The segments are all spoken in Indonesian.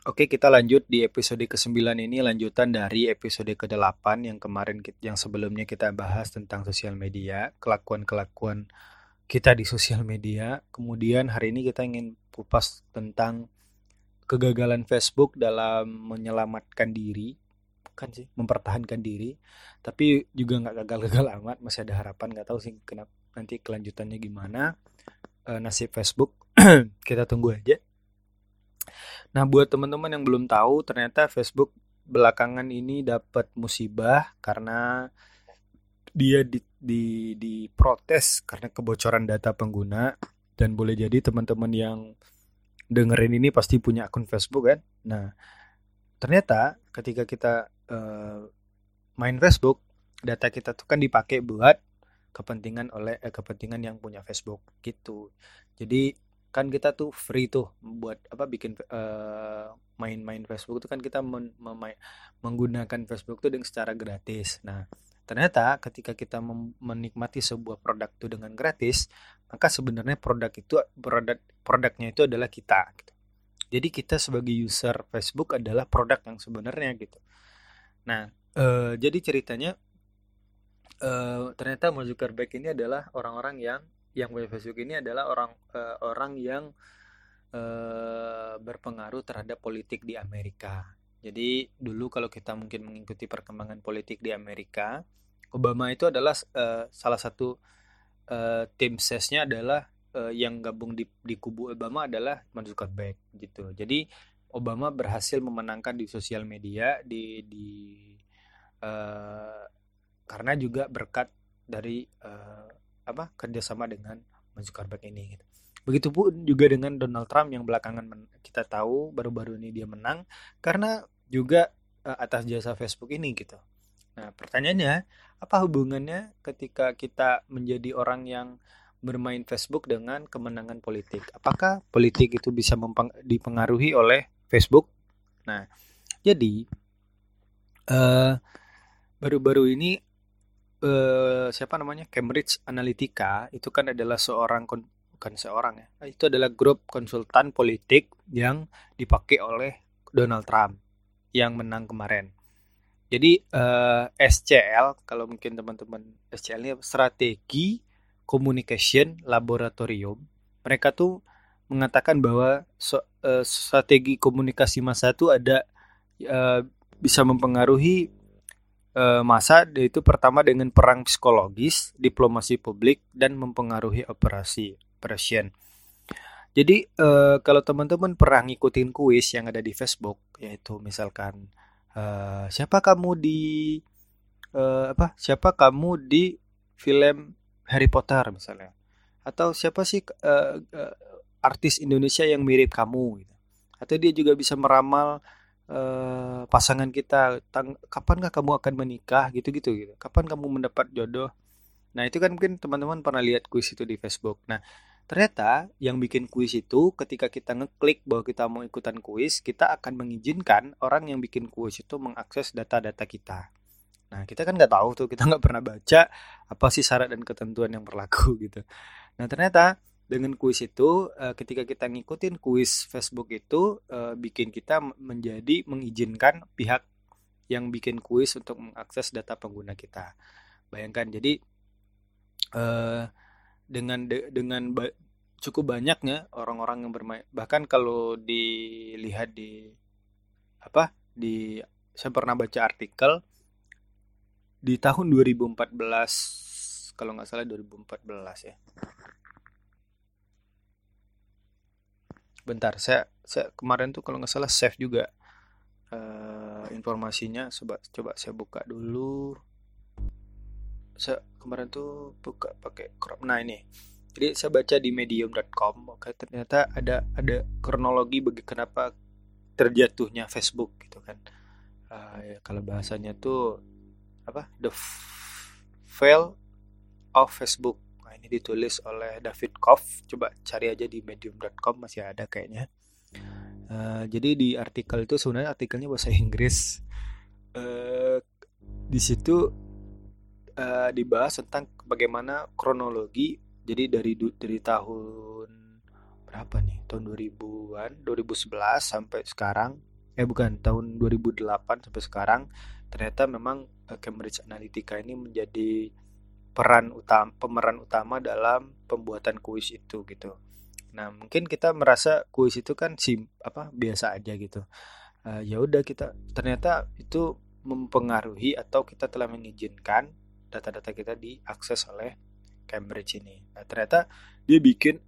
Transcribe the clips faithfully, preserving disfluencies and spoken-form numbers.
Oke, kita lanjut di episode kesembilan ini lanjutan dari episode kedelapan yang kemarin kit- yang sebelumnya kita bahas tentang sosial media, kelakuan-kelakuan kita di sosial media. Kemudian hari ini kita ingin kupas tentang kegagalan Facebook dalam menyelamatkan diri, bukan sih, mempertahankan diri, tapi juga nggak gagal-gagal amat, masih ada harapan. Nggak tahu sih kenapa nanti kelanjutannya gimana. Eh, nasib Facebook kita tunggu aja. Nah, buat teman-teman yang belum tahu, ternyata Facebook belakangan ini dapat musibah karena dia di, di, diprotes karena kebocoran data pengguna, dan boleh jadi teman-teman yang dengerin ini pasti punya akun Facebook kan. Nah, ternyata ketika kita eh, main Facebook, data kita tuh kan dipakai buat kepentingan oleh eh, kepentingan yang punya Facebook gitu. Jadi kan kita tuh free tuh buat apa bikin eh, main-main Facebook tuh kan kita men- memai- menggunakan Facebook tuh dengan secara gratis. Nah, ternyata ketika kita mem- menikmati sebuah produk itu dengan gratis, maka sebenarnya produk itu produk produknya itu adalah kita gitu. Jadi kita sebagai user Facebook adalah produk yang sebenarnya gitu. Nah, eh, jadi ceritanya eh, ternyata Mark Zuckerberg ini adalah orang-orang yang yang punya Facebook ini adalah orang eh, orang yang eh, berpengaruh terhadap politik di Amerika. Jadi dulu kalau kita mungkin mengikuti perkembangan politik di Amerika, Obama itu adalah eh, salah satu eh, tim sesnya adalah eh, yang gabung di, di kubu Obama adalah Mark Zuckerberg gitu. Jadi Obama berhasil memenangkan di sosial media di di eh, karena juga berkat dari eh, apa kerjasama dengan Mark Zuckerberg ini gitu. Begitupun juga dengan Donald Trump yang belakangan men- kita tahu baru-baru ini dia menang karena juga eh, atas jasa Facebook ini gitu. Nah, pertanyaannya, apa hubungannya ketika kita menjadi orang yang bermain Facebook dengan kemenangan politik? Apakah politik itu bisa mempeng- dipengaruhi oleh Facebook? Nah, jadi eh, baru-baru ini eh, siapa namanya Cambridge Analytica itu kan adalah seorang kon- bukan seorang ya, itu adalah grup konsultan politik yang dipakai oleh Donald Trump yang menang kemarin. Jadi eh, S C L kalau mungkin teman-teman S C L ini strategi communication laboratorium. Mereka tuh mengatakan bahwa so- eh, strategi komunikasi massa itu ada eh, bisa mempengaruhi eh, massa, yaitu pertama dengan perang psikologis, diplomasi publik, dan mempengaruhi operasi operation. Jadi eh, kalau teman-teman pernah ngikutin kuis yang ada di Facebook, yaitu misalkan eh, siapa kamu di eh, apa? Siapa kamu di film Harry Potter misalnya? Atau siapa sih eh, eh, artis Indonesia yang mirip kamu gitu. Atau dia juga bisa meramal eh, pasangan kita, tang- kapankah kamu akan menikah gitu-gitu gitu. Kapan kamu mendapat jodoh? Nah, itu kan mungkin teman-teman pernah lihat kuis itu di Facebook. Nah, ternyata yang bikin kuis itu ketika kita ngeklik bahwa kita mau ikutan kuis, kita akan mengizinkan orang yang bikin kuis itu mengakses data-data kita. Nah, kita kan nggak tahu tuh, kita nggak pernah baca apa sih syarat dan ketentuan yang berlaku gitu. Nah, ternyata dengan kuis itu, eh, ketika kita ngikutin kuis Facebook itu, eh, bikin kita menjadi mengizinkan pihak yang bikin kuis untuk mengakses data pengguna kita. Bayangkan, jadi eh, dengan de- dengan ba- cukup banyaknya orang-orang yang bermain, bahkan kalau dilihat di apa di saya pernah baca artikel di tahun dua ribu empat belas, kalau nggak salah dua ribu empat belas ya. Bentar, saya saya kemarin tuh kalau nggak salah save juga eh, informasinya. Coba coba saya buka dulu. Saya kemarin tuh buka pakai Chrome. Nah, ini. Jadi saya baca di medium dot com, oke, ternyata ada ada kronologi bagi kenapa terjatuhnya Facebook gitu kan. Ah, ya, kalau bahasanya tuh apa? The Fall of Facebook. Nah, ini ditulis oleh David Koff. Coba cari aja di medium dot com, masih ada kayaknya. Eh, jadi di artikel itu sebenarnya artikelnya bahasa Inggris. Eh, di situ eh, dibahas tentang bagaimana kronologi. Jadi dari dari tahun berapa nih? Tahun dua ribuan-an, dua ribu sebelas sampai sekarang. eh bukan tahun dua ribu delapan sampai sekarang, ternyata memang eh, Cambridge Analytica ini menjadi peran utama pemeran utama dalam pembuatan kuis itu gitu. Nah, mungkin kita merasa kuis itu kan sim apa biasa aja gitu. Eh, ya udah kita ternyata itu mempengaruhi atau kita telah mengizinkan data-data kita diakses oleh Cambridge ini. Nah, ternyata dia bikin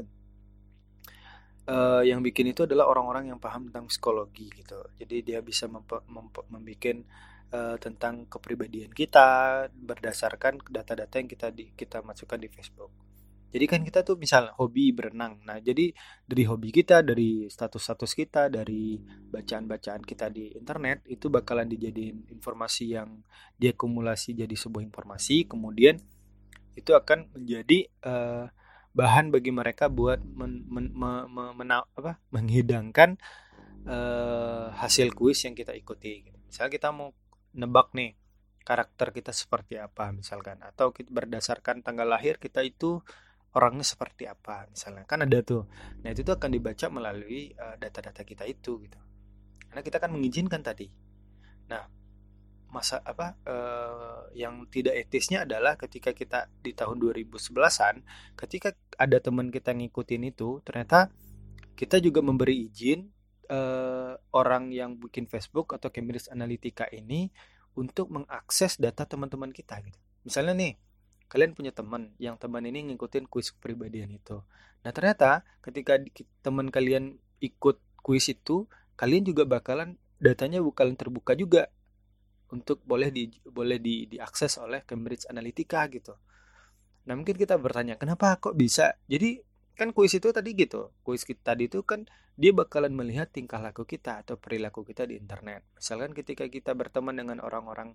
eh, yang bikin itu adalah orang-orang yang paham tentang psikologi gitu. Jadi dia bisa mempe, mempe, membikin eh, tentang kepribadian kita berdasarkan data-data yang kita di, kita masukkan di Facebook. Jadi kan kita tuh misal hobi berenang. Nah, jadi dari hobi kita, dari status-status kita, dari bacaan-bacaan kita di internet itu bakalan dijadiin informasi yang diakumulasi jadi sebuah informasi, kemudian itu akan menjadi eh, bahan bagi mereka buat men, men, me- me- mena- apa, menghidangkan eh, hasil kuis yang kita ikuti. Gitu. Misalnya kita mau nebak nih karakter kita seperti apa misalkan, atau kita berdasarkan tanggal lahir kita itu orangnya seperti apa misalnya, kan ada tuh. Nah itu tuh akan dibaca melalui eh, data-data kita itu gitu, karena kita kan mengizinkan tadi. Nah masa apa eh, yang tidak etisnya adalah ketika kita di tahun dua ribu sebelasan, ketika ada teman kita ngikutin itu, ternyata kita juga memberi izin eh, orang yang bikin Facebook atau Cambridge Analytica ini untuk mengakses data teman-teman kita gitu. Misalnya nih, kalian punya teman yang teman ini ngikutin kuis kepribadian itu. Nah, ternyata ketika teman kalian ikut kuis itu, kalian juga bakalan datanya bakalan terbuka juga untuk boleh di boleh di diakses oleh Cambridge Analytica gitu. Nah, mungkin kita bertanya, kenapa kok bisa? Jadi kan kuis itu tadi gitu. Kuis kita tadi itu kan dia bakalan melihat tingkah laku kita atau perilaku kita di internet. Misalkan ketika kita berteman dengan orang-orang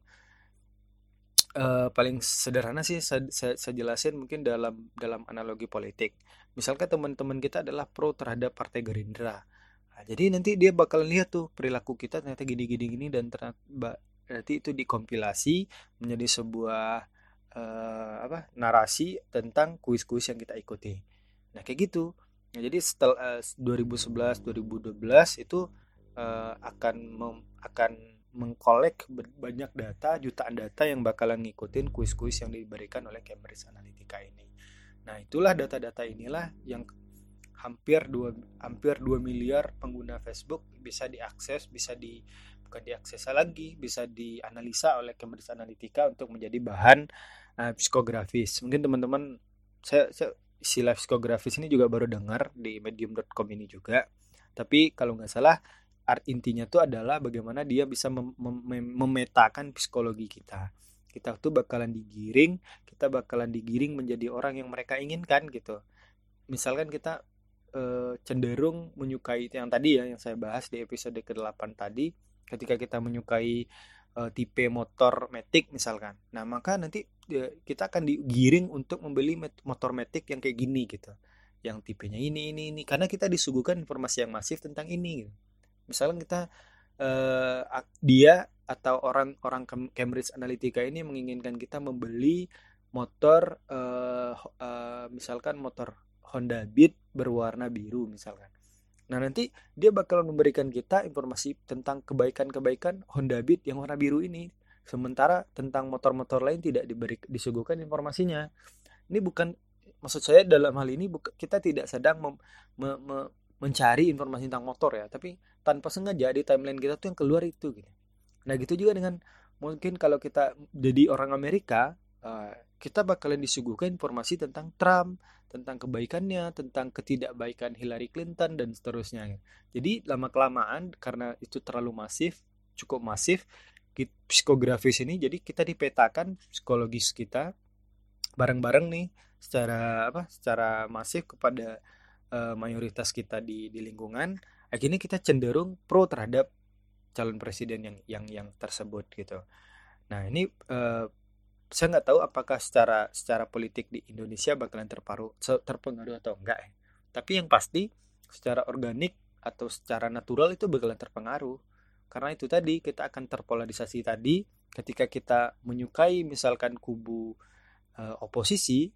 eh, paling sederhana sih saya, saya, saya jelasin mungkin dalam dalam analogi politik. Misalkan teman-teman kita adalah pro terhadap Partai Gerindra. Nah, jadi nanti dia bakalan lihat tuh perilaku kita ternyata gini-gini gini dan ternyata berarti itu dikompilasi menjadi sebuah eh, apa narasi tentang kuis-kuis yang kita ikuti. Nah, kayak gitu. Nah, jadi setelah eh, dua ribu sebelas dua ribu dua belas itu eh, akan mem- akan mengkolek banyak data, jutaan data yang bakalan ngikutin kuis-kuis yang diberikan oleh Cambridge Analytica ini. Nah, itulah data-data inilah yang hampir dua hampir dua miliar pengguna Facebook bisa diakses, bisa di bukan diakses lagi, bisa dianalisa oleh Cambridge Analytica untuk menjadi bahan uh, psikografis. Mungkin teman-teman saya, saya istilah psikografis ini juga baru dengar di medium dot com ini juga. Tapi kalau nggak salah art intinya tuh adalah bagaimana dia bisa mem- mem- memetakan psikologi kita. Kita tuh bakalan digiring, kita bakalan digiring menjadi orang yang mereka inginkan gitu. Misalkan kita eh, cenderung menyukai yang tadi ya yang saya bahas di episode kedelapan tadi, ketika kita menyukai eh, tipe motor matic misalkan. Nah, maka nanti eh, kita akan digiring untuk membeli motor matic yang kayak gini gitu. Yang tipenya ini ini ini karena kita disuguhkan informasi yang masif tentang ini gitu. Misalkan kita eh, dia atau orang-orang Cambridge Analytica ini menginginkan kita membeli motor eh, eh, misalkan motor Honda Beat berwarna biru misalkan. Nah, nanti dia bakal memberikan kita informasi tentang kebaikan-kebaikan Honda Beat yang warna biru ini. Sementara tentang motor-motor lain tidak diberi disuguhkan informasinya. Ini bukan maksud saya dalam hal ini buka, kita tidak sedang mem, me, me, mencari informasi tentang motor ya, tapi tanpa sengaja di timeline kita tuh yang keluar itu gitu. Nah, gitu juga dengan mungkin kalau kita jadi orang Amerika, eh, kita bakalan disuguhkan informasi tentang Trump, tentang kebaikannya, tentang ketidakbaikan Hillary Clinton dan seterusnya. Jadi lama-kelamaan karena itu terlalu masif, cukup masif, psikografis ini jadi kita dipetakan psikologis kita bareng-bareng nih secara apa? Secara masif kepada eh, mayoritas kita di di lingkungan. Akhirnya kita cenderung pro terhadap calon presiden yang yang yang tersebut gitu. Nah, ini eh, saya nggak tahu apakah secara secara politik di Indonesia bakalan terparu terpengaruh atau enggak ya. Tapi yang pasti secara organik atau secara natural itu bakalan terpengaruh. Karena itu tadi kita akan terpolarisasi tadi ketika kita menyukai misalkan kubu eh, oposisi,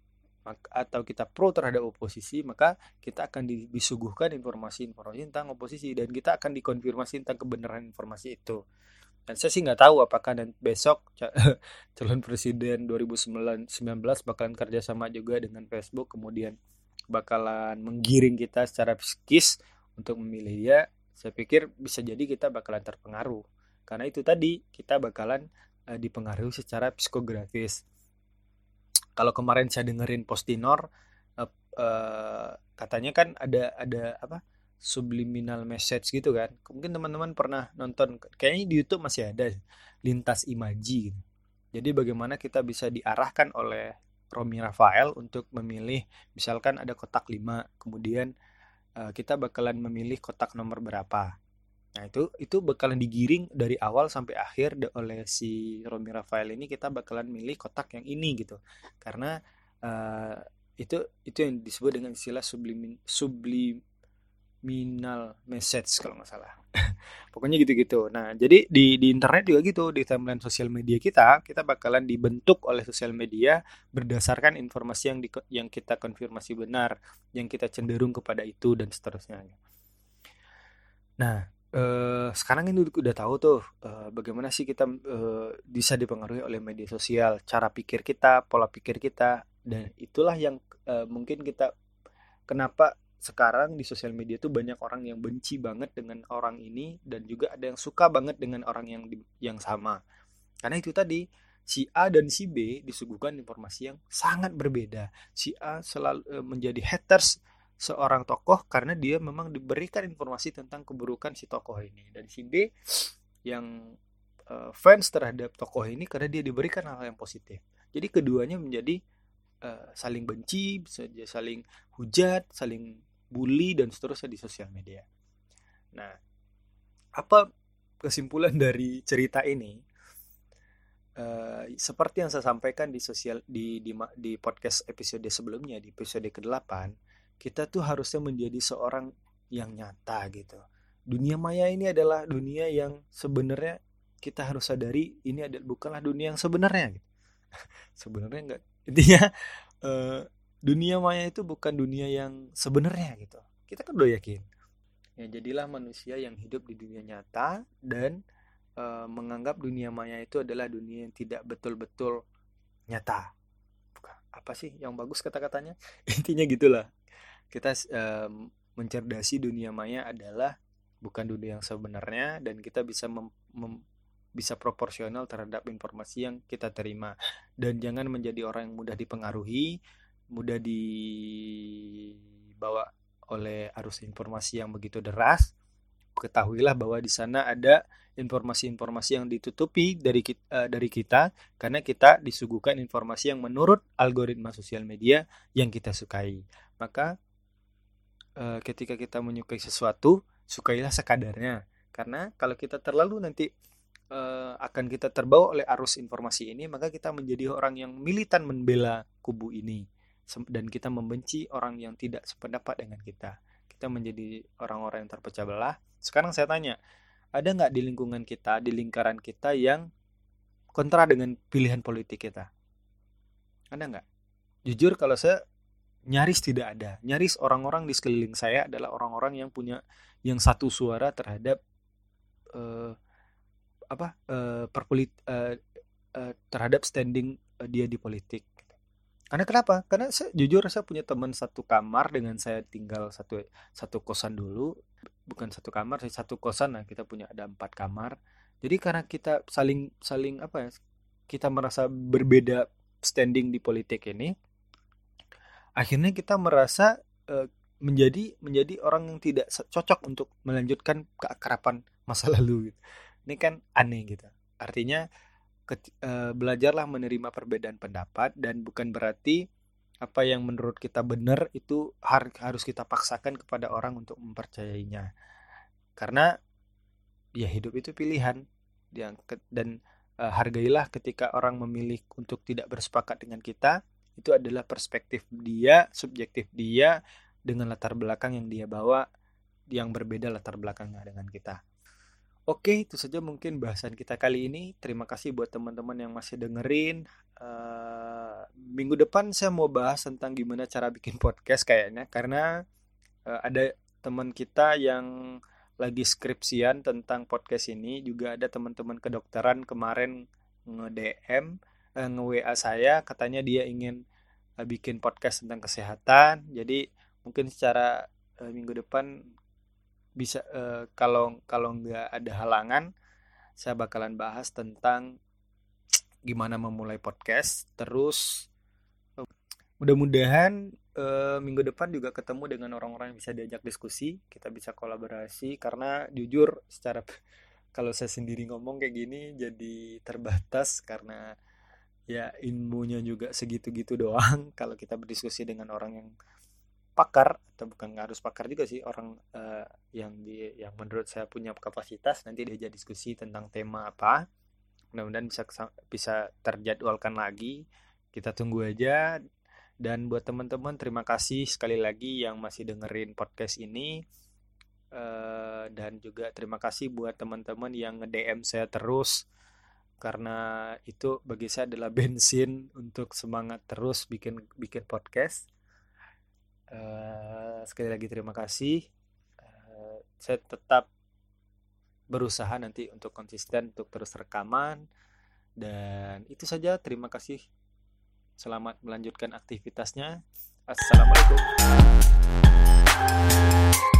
atau kita pro terhadap oposisi, maka kita akan disuguhkan informasi-informasi tentang oposisi dan kita akan dikonfirmasi tentang kebenaran informasi itu. Dan saya sih nggak tahu apakah dan besok calon presiden dua ribu sembilan belas bakalan kerjasama juga dengan Facebook, kemudian bakalan menggiring kita secara psikis untuk memilih dia. Saya pikir bisa jadi kita bakalan terpengaruh. Karena itu tadi, kita bakalan uh, dipengaruhi secara psikografis. Kalau kemarin saya dengerin Postinor, uh, uh, katanya kan ada ada apa subliminal message gitu kan. Mungkin teman-teman pernah nonton, kayaknya di YouTube masih ada, Lintas Imaji gitu. Jadi bagaimana kita bisa diarahkan oleh Romi Rafael untuk memilih, misalkan ada kotak lima, kemudian uh, kita bakalan memilih kotak nomor berapa. Nah, itu itu bakalan digiring dari awal sampai akhir oleh si Romi Rafael ini, kita bakalan milih kotak yang ini gitu. Karena uh, itu itu yang disebut dengan istilah sublimin subliminal message kalau nggak salah. Pokoknya gitu-gitu. Nah, jadi di di internet juga gitu, di timeline sosial media kita, kita bakalan dibentuk oleh sosial media berdasarkan informasi yang di, yang kita konfirmasi benar, yang kita cenderung kepada itu dan seterusnya. Nah, eh, sekarang ini udah tahu tuh eh, bagaimana sih kita eh, bisa dipengaruhi oleh media sosial, cara pikir kita, pola pikir kita, dan itulah yang eh, mungkin kita kenapa sekarang di sosial media tuh banyak orang yang benci banget dengan orang ini dan juga ada yang suka banget dengan orang yang di, yang sama. Karena itu tadi, si A dan si B disuguhkan informasi yang sangat berbeda. Si A selalu eh, menjadi haters seorang tokoh karena dia memang diberikan informasi tentang keburukan si tokoh ini, dan si B yang uh, fans terhadap tokoh ini karena dia diberikan hal yang positif. Jadi keduanya menjadi uh, saling benci, saling hujat, saling bully dan seterusnya di sosial media. Nah, apa kesimpulan dari cerita ini? Uh, seperti yang saya sampaikan di sosial di di di podcast episode sebelumnya, di episode kedelapan, kita tuh harusnya menjadi seorang yang nyata gitu. Dunia maya ini adalah dunia yang sebenarnya kita harus sadari ini adalah bukanlah dunia yang sebenarnya gitu. Sebenarnya enggak. Intinya uh, dunia maya itu bukan dunia yang sebenarnya gitu. Kita kan udah yakin. Ya, jadilah manusia yang hidup di dunia nyata dan uh, menganggap dunia maya itu adalah dunia yang tidak betul-betul nyata. Apa sih yang bagus kata-katanya? Intinya gitulah. Kita um, mencerdasi dunia maya adalah bukan dunia yang sebenarnya, dan kita bisa mem, mem, bisa proporsional terhadap informasi yang kita terima, dan jangan menjadi orang yang mudah dipengaruhi, mudah dibawa oleh arus informasi yang begitu deras. Ketahuilah bahwa di sana ada informasi-informasi yang ditutupi dari kita, uh, dari kita karena kita disuguhkan informasi yang menurut algoritma sosial media yang kita sukai. Maka ketika kita menyukai sesuatu, sukailah sekadarnya. Karena kalau kita terlalu nanti uh, akan kita terbawa oleh arus informasi ini, maka kita menjadi orang yang militan membela kubu ini, dan kita membenci orang yang tidak sependapat dengan kita. Kita menjadi orang-orang yang terpecah belah. Sekarang saya tanya, ada nggak di lingkungan kita, di lingkaran kita yang kontra dengan pilihan politik kita? Ada nggak? Jujur kalau saya nyaris tidak ada. Nyaris orang-orang di sekeliling saya adalah orang-orang yang punya yang satu suara terhadap uh, apa uh, perpolit uh, uh, terhadap standing uh, dia di politik. Karena kenapa? Karena saya jujur saya punya teman satu kamar dengan saya, tinggal satu satu kosan dulu, bukan satu kamar, saya satu kosan. Nah, kita punya ada empat kamar. Jadi karena kita saling saling apa ya? Kita merasa berbeda standing di politik ini, akhirnya kita merasa uh, menjadi menjadi orang yang tidak cocok untuk melanjutkan keakraban masa lalu gitu. Ini kan aneh gitu. Artinya ke, uh, belajarlah menerima perbedaan pendapat, dan bukan berarti apa yang menurut kita benar itu har- harus kita paksakan kepada orang untuk mempercayainya. Karena ya hidup itu pilihan yang ke, dan uh, hargailah ketika orang memilih untuk tidak bersepakat dengan kita. Itu adalah perspektif dia, subjektif dia, dengan latar belakang yang dia bawa yang berbeda latar belakangnya dengan kita. Oke, itu saja mungkin bahasan kita kali ini. Terima kasih buat teman-teman yang masih dengerin. Eh, minggu depan saya mau bahas tentang gimana cara bikin podcast kayaknya, karena eh, ada teman kita yang lagi skripsian tentang podcast ini. Juga ada teman-teman kedokteran kemarin nge-D M, eh, nge-W A saya, katanya dia ingin eh, bikin podcast tentang kesehatan. Jadi mungkin secara eh, minggu depan bisa, eh, kalau kalau nggak ada halangan, saya bakalan bahas tentang gimana memulai podcast. Terus mudah-mudahan eh, minggu depan juga ketemu dengan orang-orang yang bisa diajak diskusi, kita bisa kolaborasi, karena jujur secara kalau saya sendiri ngomong kayak gini jadi terbatas, karena ya ilmunya juga segitu-gitu doang. Kalau kita berdiskusi dengan orang yang pakar, atau bukan nggak harus pakar juga sih, orang eh, yang di yang menurut saya punya kapasitas, nanti diajak diskusi tentang tema apa. Mudah-mudahan bisa bisa terjadwalkan lagi. Kita tunggu aja. Dan buat teman-teman, terima kasih sekali lagi yang masih dengerin podcast ini. Eh, dan juga terima kasih buat teman-teman yang nge-D M saya terus, karena itu bagi saya adalah bensin untuk semangat terus bikin bikin podcast. Eh, sekali lagi terima kasih. Eh, saya tetap berusaha nanti untuk konsisten untuk terus rekaman. Dan itu saja, terima kasih. Selamat melanjutkan aktivitasnya. Assalamualaikum.